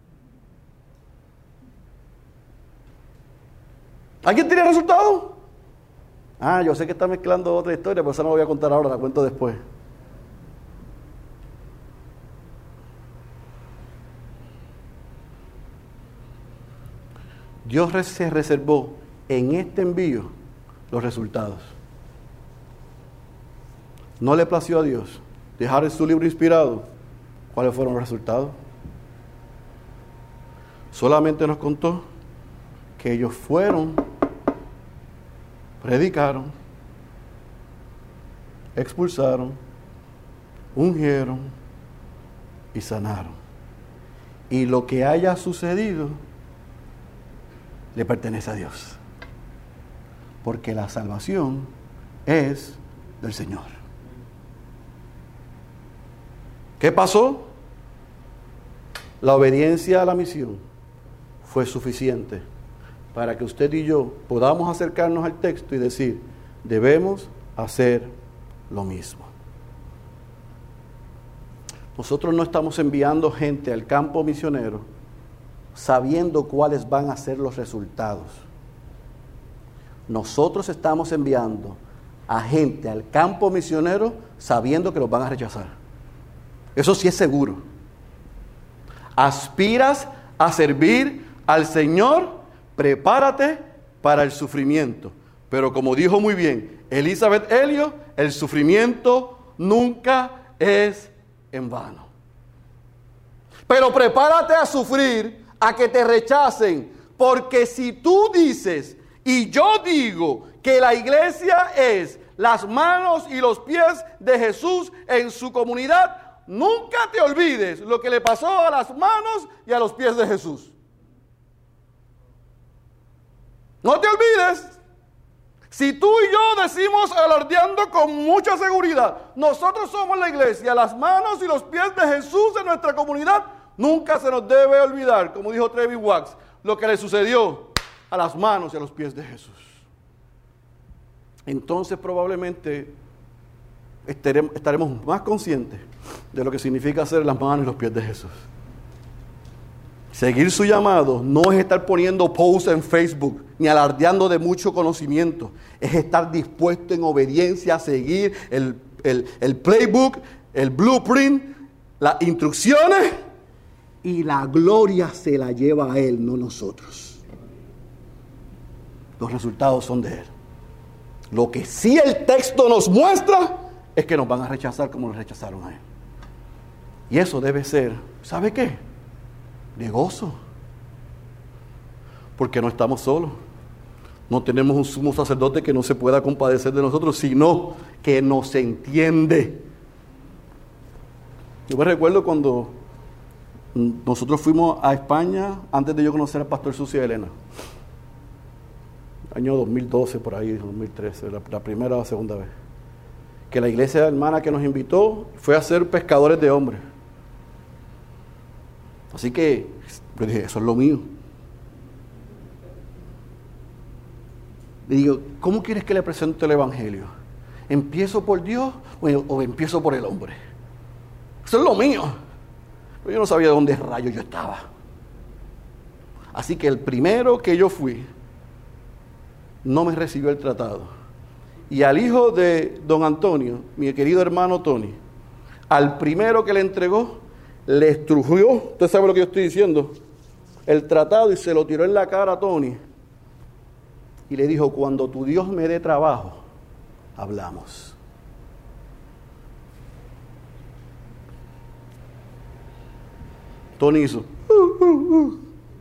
¿Alguien tiene el resultado? Ah, yo sé que está mezclando otra historia, pero esa no la voy a contar ahora, la cuento después. Dios se reservó en este envío los resultados. ¿No le plació a Dios dejar su libro inspirado? ¿Cuáles fueron los resultados? Solamente nos contó que ellos fueron, predicaron, expulsaron, ungieron y sanaron. Y lo que haya sucedido le pertenece a Dios, porque la salvación es del Señor. ¿Qué pasó? La obediencia a la misión fue suficiente para que usted y yo podamos acercarnos al texto y decir, debemos hacer lo mismo. Nosotros no estamos enviando gente al campo misionero sabiendo cuáles van a ser los resultados. Nosotros estamos enviando a gente al campo misionero sabiendo que los van a rechazar. Eso sí es seguro. Aspiras a servir al Señor, prepárate para el sufrimiento. Pero como dijo muy bien Elizabeth Elliot, el sufrimiento nunca es en vano. Pero prepárate a sufrir, a que te rechacen, porque si tú dices y yo digo que la iglesia es las manos y los pies de Jesús en su comunidad, nunca te olvides lo que le pasó a las manos y a los pies de Jesús. No te olvides. Si tú y yo decimos alardeando con mucha seguridad, nosotros somos la iglesia, las manos y los pies de Jesús en nuestra comunidad, nunca se nos debe olvidar, como dijo Travis Wax, lo que le sucedió a las manos y a los pies de Jesús. Entonces probablemente estaremos, estaremos más conscientes de lo que significa ser las manos y los pies de Jesús. Seguir su llamado no es estar poniendo posts en Facebook ni alardeando de mucho conocimiento. Es estar dispuesto en obediencia a seguir el, el, el playbook, el blueprint, las instrucciones, y la gloria se la lleva a Él, no nosotros. Los resultados son de Él. Lo que sí el texto nos muestra es que nos van a rechazar como nos rechazaron a Él. Y eso debe ser, ¿sabe qué? De gozo. Porque no estamos solos. No tenemos un sumo sacerdote que no se pueda compadecer de nosotros, sino que nos entiende. Yo me recuerdo cuando nosotros fuimos a España antes de yo conocer al pastor Susi y Elena. Año dos mil doce, por ahí, dos mil trece, la, la primera o la segunda vez. Que la iglesia hermana que nos invitó fue a ser pescadores de hombres. Así que yo dije, eso es lo mío. Le digo, ¿cómo quieres que le presente el evangelio? ¿Empiezo por Dios o, o empiezo por el hombre? Eso es lo mío. Pero yo no sabía de dónde rayos yo estaba. Así que el primero que yo fui no me recibió el tratado. Y al hijo de don Antonio, mi querido hermano Tony, al primero que le entregó, le estrujió, usted sabe lo que yo estoy diciendo, el tratado, y se lo tiró en la cara a Tony. Y le dijo, cuando tu Dios me dé trabajo, hablamos. Tony hizo. Uh, uh, uh.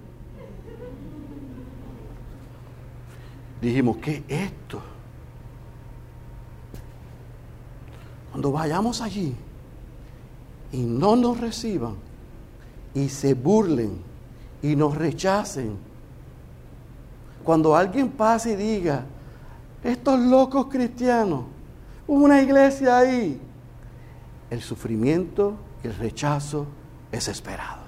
Dijimos, ¿qué es esto? Cuando vayamos allí y no nos reciban y se burlen y nos rechacen. Cuando alguien pase y diga, estos locos cristianos, una iglesia ahí, el sufrimiento y el rechazo es esperado.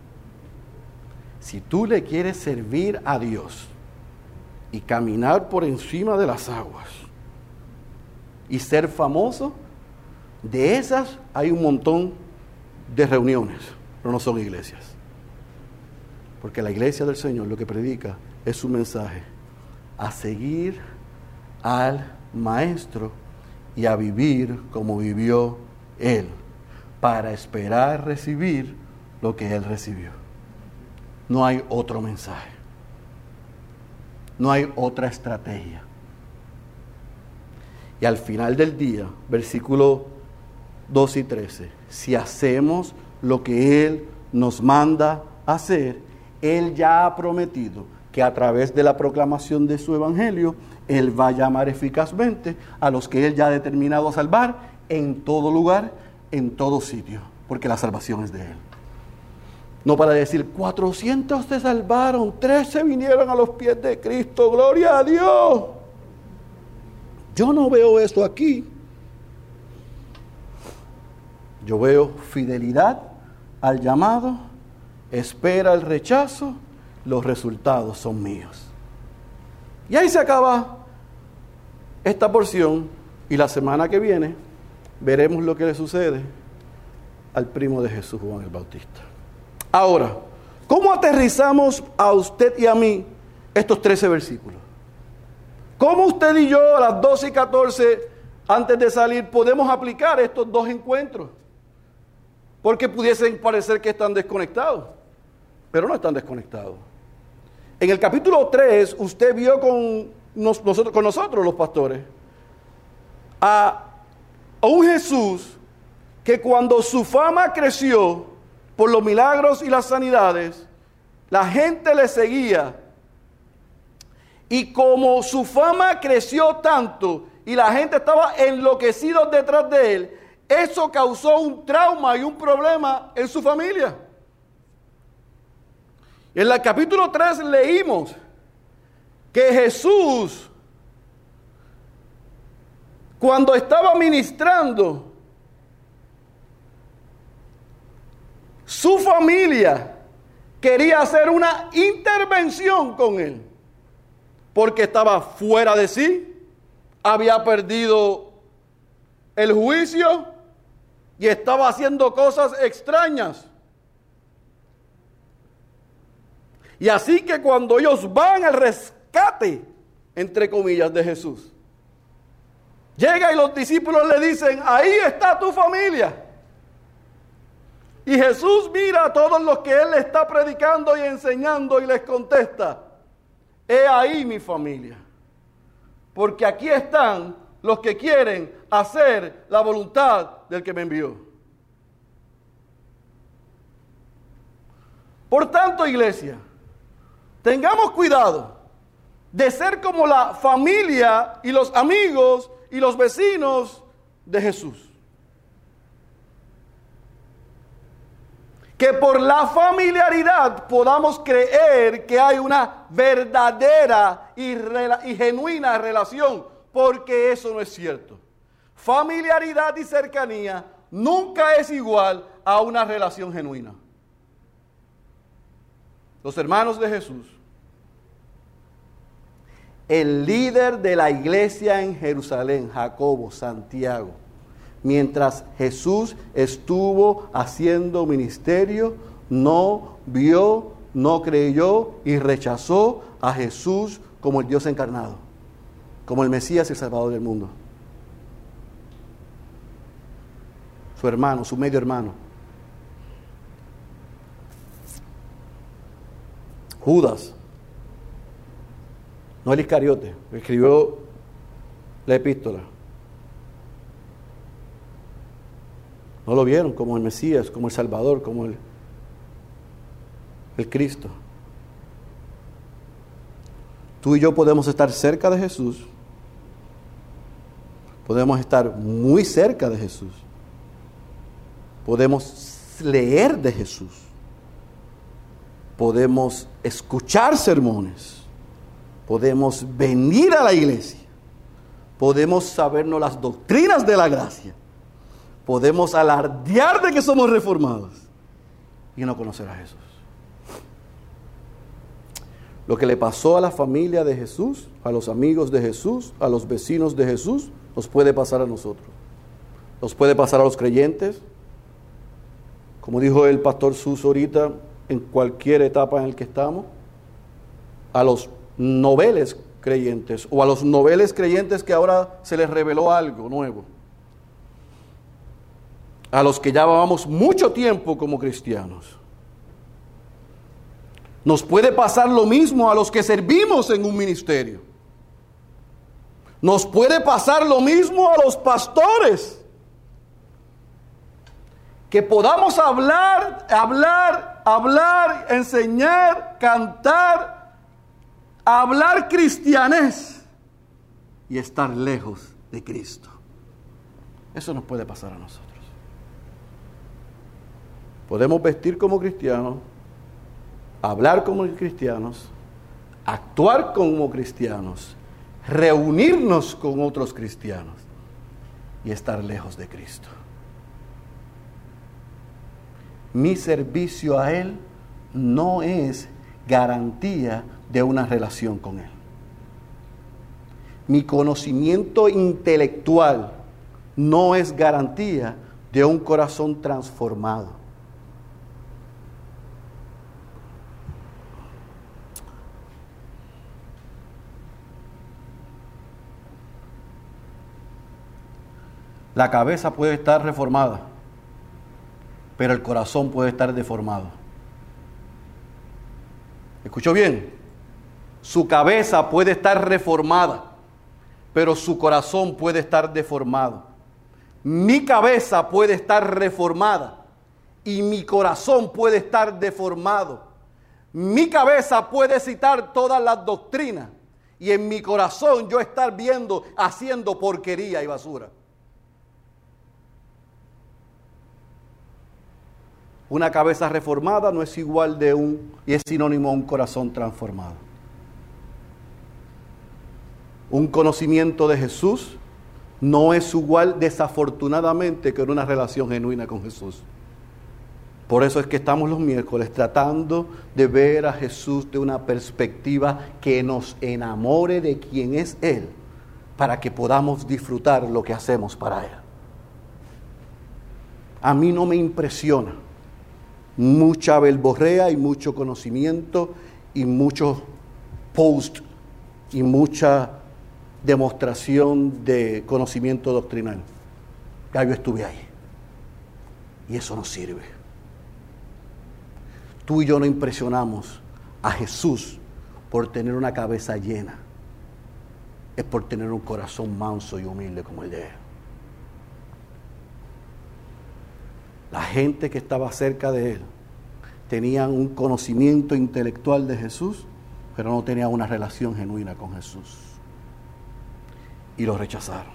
Si tú le quieres servir a Dios y caminar por encima de las aguas y ser famoso, de esas hay un montón de reuniones, pero no son iglesias. Porque la iglesia del Señor lo que predica es su mensaje, a seguir al Maestro y a vivir como vivió Él, para esperar recibir lo que Él recibió. No hay otro mensaje. No hay otra estrategia. Y al final del día, versículo doce y trece, si hacemos lo que Él nos manda hacer, Él ya ha prometido que a través de la proclamación de su evangelio, Él va a llamar eficazmente a los que Él ya ha determinado salvar en todo lugar, en todo sitio, porque la salvación es de Él. No para decir, cuatrocientos se salvaron, trece vinieron a los pies de Cristo, gloria a Dios. Yo no veo eso aquí. Yo veo fidelidad al llamado, espera el rechazo, los resultados son míos. Y ahí se acaba esta porción y la semana que viene veremos lo que le sucede al primo de Jesús, Juan el Bautista. Ahora, ¿cómo aterrizamos a usted y a mí estos trece versículos? ¿Cómo usted y yo a las doce y catorce antes de salir podemos aplicar estos dos encuentros? Porque pudiesen parecer que están desconectados, pero no están desconectados. En el capítulo tres, usted vio con nos, nosotros, con nosotros los pastores a, a un Jesús que cuando su fama creció por los milagros y las sanidades, la gente le seguía. Y como su fama creció tanto y la gente estaba enloquecida detrás de él, eso causó un trauma y un problema en su familia. En el capítulo tres leímos que Jesús, cuando estaba ministrando, su familia quería hacer una intervención con él, porque estaba fuera de sí, había perdido el juicio y estaba haciendo cosas extrañas. Y así que cuando ellos van al rescate, entre comillas, de Jesús, llega y los discípulos le dicen, ahí está tu familia. Y Jesús mira a todos los que Él le está predicando y enseñando y les contesta, he ahí mi familia, porque aquí están los que quieren hacer la voluntad del que me envió. Por tanto, iglesia, tengamos cuidado de ser como la familia y los amigos y los vecinos de Jesús. Que por la familiaridad podamos creer que hay una verdadera y, rela- y genuina relación, porque eso no es cierto. Familiaridad y cercanía nunca es igual a una relación genuina. Los hermanos de Jesús, el líder de la iglesia en Jerusalén, Jacobo, Santiago, mientras Jesús estuvo haciendo ministerio, no vio, no creyó y rechazó a Jesús como el Dios encarnado, como el Mesías y el Salvador del mundo. Su hermano, su medio hermano. Judas, no el Iscariote, escribió la epístola. No lo vieron como el Mesías, como el Salvador, como el, el Cristo. Tú y yo podemos estar cerca de Jesús. Podemos estar muy cerca de Jesús. Podemos leer de Jesús. podemos escuchar sermones, podemos venir a la iglesia, podemos sabernos las doctrinas de la gracia, podemos alardear de que somos reformados y no conocer a Jesús. Lo que le pasó a la familia de Jesús, a los amigos de Jesús, a los vecinos de Jesús, nos puede pasar a nosotros. Nos puede pasar a los creyentes. Como dijo el pastor Sus ahorita, en cualquier etapa en la que estamos, a los noveles creyentes o a los noveles creyentes que ahora se les reveló algo nuevo, a los que ya llevábamos mucho tiempo como cristianos. Nos puede pasar lo mismo a los que servimos en un ministerio. Nos puede pasar lo mismo a los pastores. Que podamos hablar, hablar, hablar, enseñar, cantar, hablar cristianés y estar lejos de Cristo. Eso nos puede pasar a nosotros. Podemos vestir como cristianos, hablar como cristianos, actuar como cristianos, reunirnos con otros cristianos y estar lejos de Cristo. Mi servicio a Él no es garantía de una relación con Él. Mi conocimiento intelectual no es garantía de un corazón transformado. La cabeza puede estar reformada, pero el corazón puede estar deformado. ¿Escuchó bien? Su cabeza puede estar reformada, pero su corazón puede estar deformado. Mi cabeza puede estar reformada y mi corazón puede estar deformado. Mi cabeza puede citar todas las doctrinas y en mi corazón yo estar viendo, haciendo porquería y basura. Una cabeza reformada no es igual de un, y es sinónimo a un corazón transformado. Un conocimiento de Jesús no es igual, desafortunadamente, que una relación genuina con Jesús. Por eso es que estamos los miércoles tratando de ver a Jesús de una perspectiva que nos enamore de quién es Él, para que podamos disfrutar lo que hacemos para Él. A mí no me impresiona mucha verborrea y mucho conocimiento y mucho post y mucha demostración de conocimiento doctrinal. Ya yo estuve ahí y eso no sirve. Tú y yo no impresionamos a Jesús por tener una cabeza llena, es por tener un corazón manso y humilde como el de Él. La gente que estaba cerca de Él tenían un conocimiento intelectual de Jesús, pero no tenían una relación genuina con Jesús. Y lo rechazaron.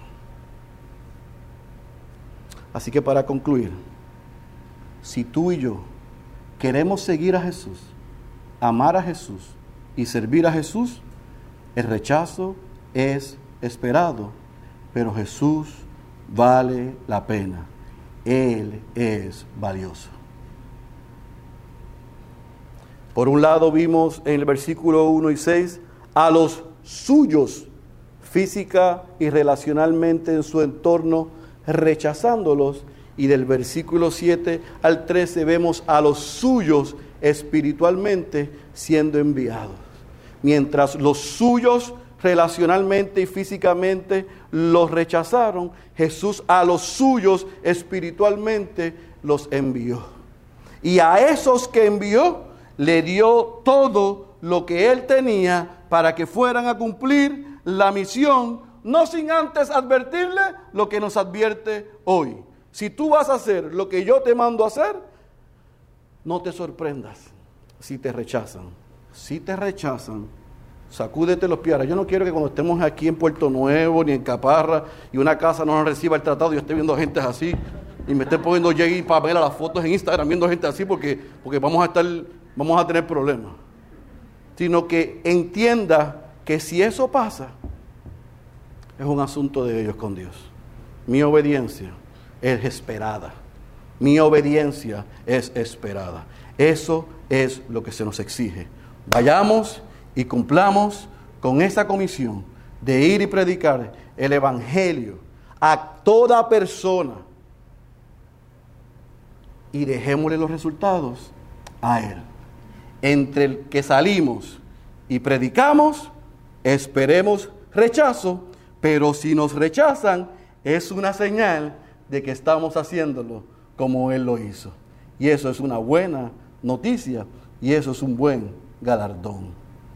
Así que para concluir, si tú y yo queremos seguir a Jesús, amar a Jesús y servir a Jesús, el rechazo es esperado, pero Jesús vale la pena. Él es valioso. Por un lado vimos en el versículo uno y seis a los suyos, física y relacionalmente en su entorno, rechazándolos. Y del versículo siete al trece vemos a los suyos espiritualmente siendo enviados. Mientras los suyos relacionalmente y físicamente los rechazaron, Jesús a los suyos espiritualmente los envió. Y a esos que envió, le dio todo lo que Él tenía para que fueran a cumplir la misión, no sin antes advertirle lo que nos advierte hoy. Si tú vas a hacer lo que yo te mando a hacer, no te sorprendas si te rechazan. Si te rechazan, sacúdete los pies. Ahora, yo no quiero que cuando estemos aquí en Puerto Nuevo ni en Caparra y una casa no nos reciba el tratado, yo esté viendo gente así y me esté poniendo J y Pamela las fotos en Instagram viendo gente así porque, porque vamos a estar vamos a tener problemas, sino que entienda que si eso pasa, es un asunto de ellos con Dios. Mi obediencia es esperada. Mi obediencia es esperada. Eso es lo que se nos exige. Vayamos y cumplamos con esa comisión de ir y predicar el Evangelio a toda persona. Y dejémosle los resultados a Él. Entre el que salimos y predicamos, esperemos rechazo, pero si nos rechazan, es una señal de que estamos haciéndolo como Él lo hizo. Y eso es una buena noticia y eso es un buen galardón.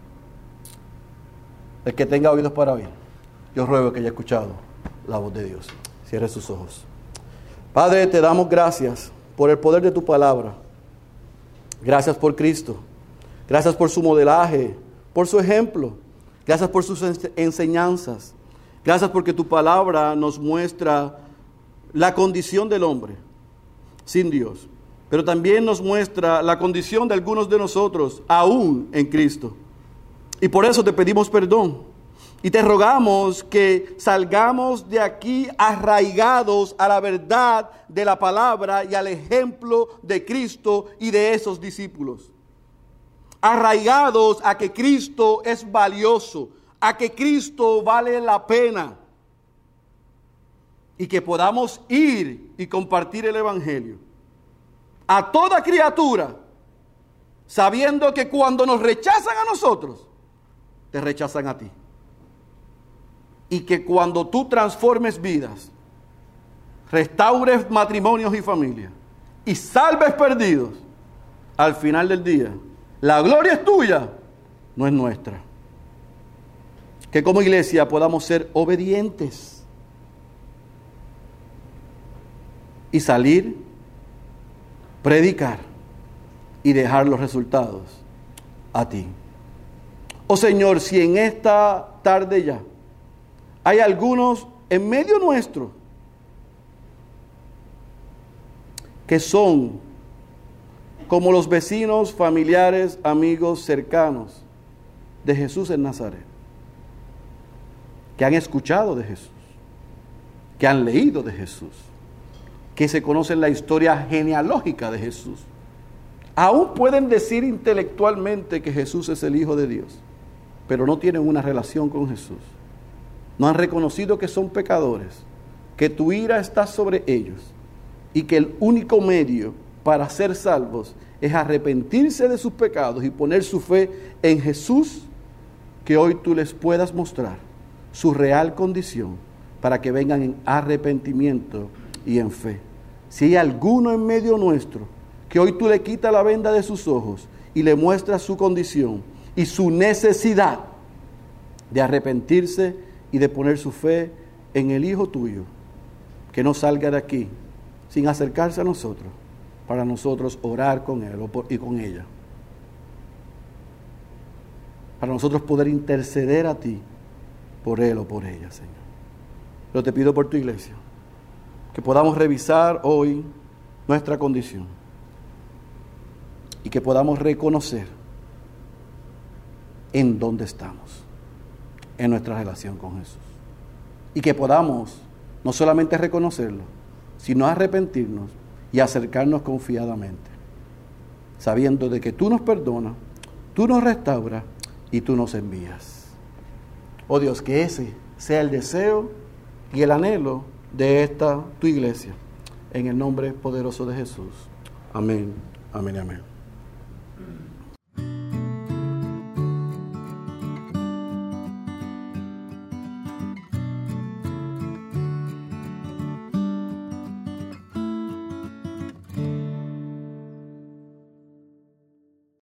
El que tenga oídos para oír, yo ruego que haya escuchado la voz de Dios. Cierre sus ojos. Padre, te damos gracias por el poder de tu palabra. Gracias por Cristo. Gracias por su modelaje, por su ejemplo. Gracias por sus enseñanzas. Gracias porque tu palabra nos muestra la condición del hombre sin Dios, pero también nos muestra la condición de algunos de nosotros aún en Cristo. Y por eso te pedimos perdón y te rogamos que salgamos de aquí arraigados a la verdad de la palabra y al ejemplo de Cristo y de esos discípulos. Arraigados a que Cristo es valioso, a que Cristo vale la pena y que podamos ir y compartir el Evangelio a toda criatura, sabiendo que cuando nos rechazan a nosotros, te rechazan a ti. Y que cuando tú transformes vidas, restaures matrimonios y familias y salves perdidos, al final del día, la gloria es tuya, no es nuestra. Que como iglesia podamos ser obedientes y salir, predicar y dejar los resultados a ti. Oh Señor, si en esta tarde ya hay algunos en medio nuestro que son como los vecinos, familiares, amigos cercanos de Jesús en Nazaret, que han escuchado de Jesús, que han leído de Jesús, que se conocen la historia genealógica de Jesús, aún pueden decir intelectualmente que Jesús es el Hijo de Dios, pero no tienen una relación con Jesús. No han reconocido que son pecadores, que tu ira está sobre ellos y que el único medio para ser salvos es arrepentirse de sus pecados y poner su fe en Jesús, que hoy tú les puedas mostrar su real condición para que vengan en arrepentimiento y en fe. Si hay alguno en medio nuestro que hoy tú le quitas la venda de sus ojos y le muestras su condición y su necesidad de arrepentirse y de poner su fe en el Hijo tuyo, que no salga de aquí sin acercarse a nosotros, para nosotros orar con él y con ella, para nosotros poder interceder a ti por él o por ella, Señor. Pero te pido por tu iglesia que podamos revisar hoy nuestra condición y que podamos reconocer en dónde estamos en nuestra relación con Jesús, y que podamos no solamente reconocerlo, sino arrepentirnos y acercarnos confiadamente, sabiendo de que tú nos perdonas, tú nos restauras y tú nos envías. Oh Dios, que ese sea el deseo y el anhelo de esta tu iglesia, en el nombre poderoso de Jesús. Amén, amén, amén.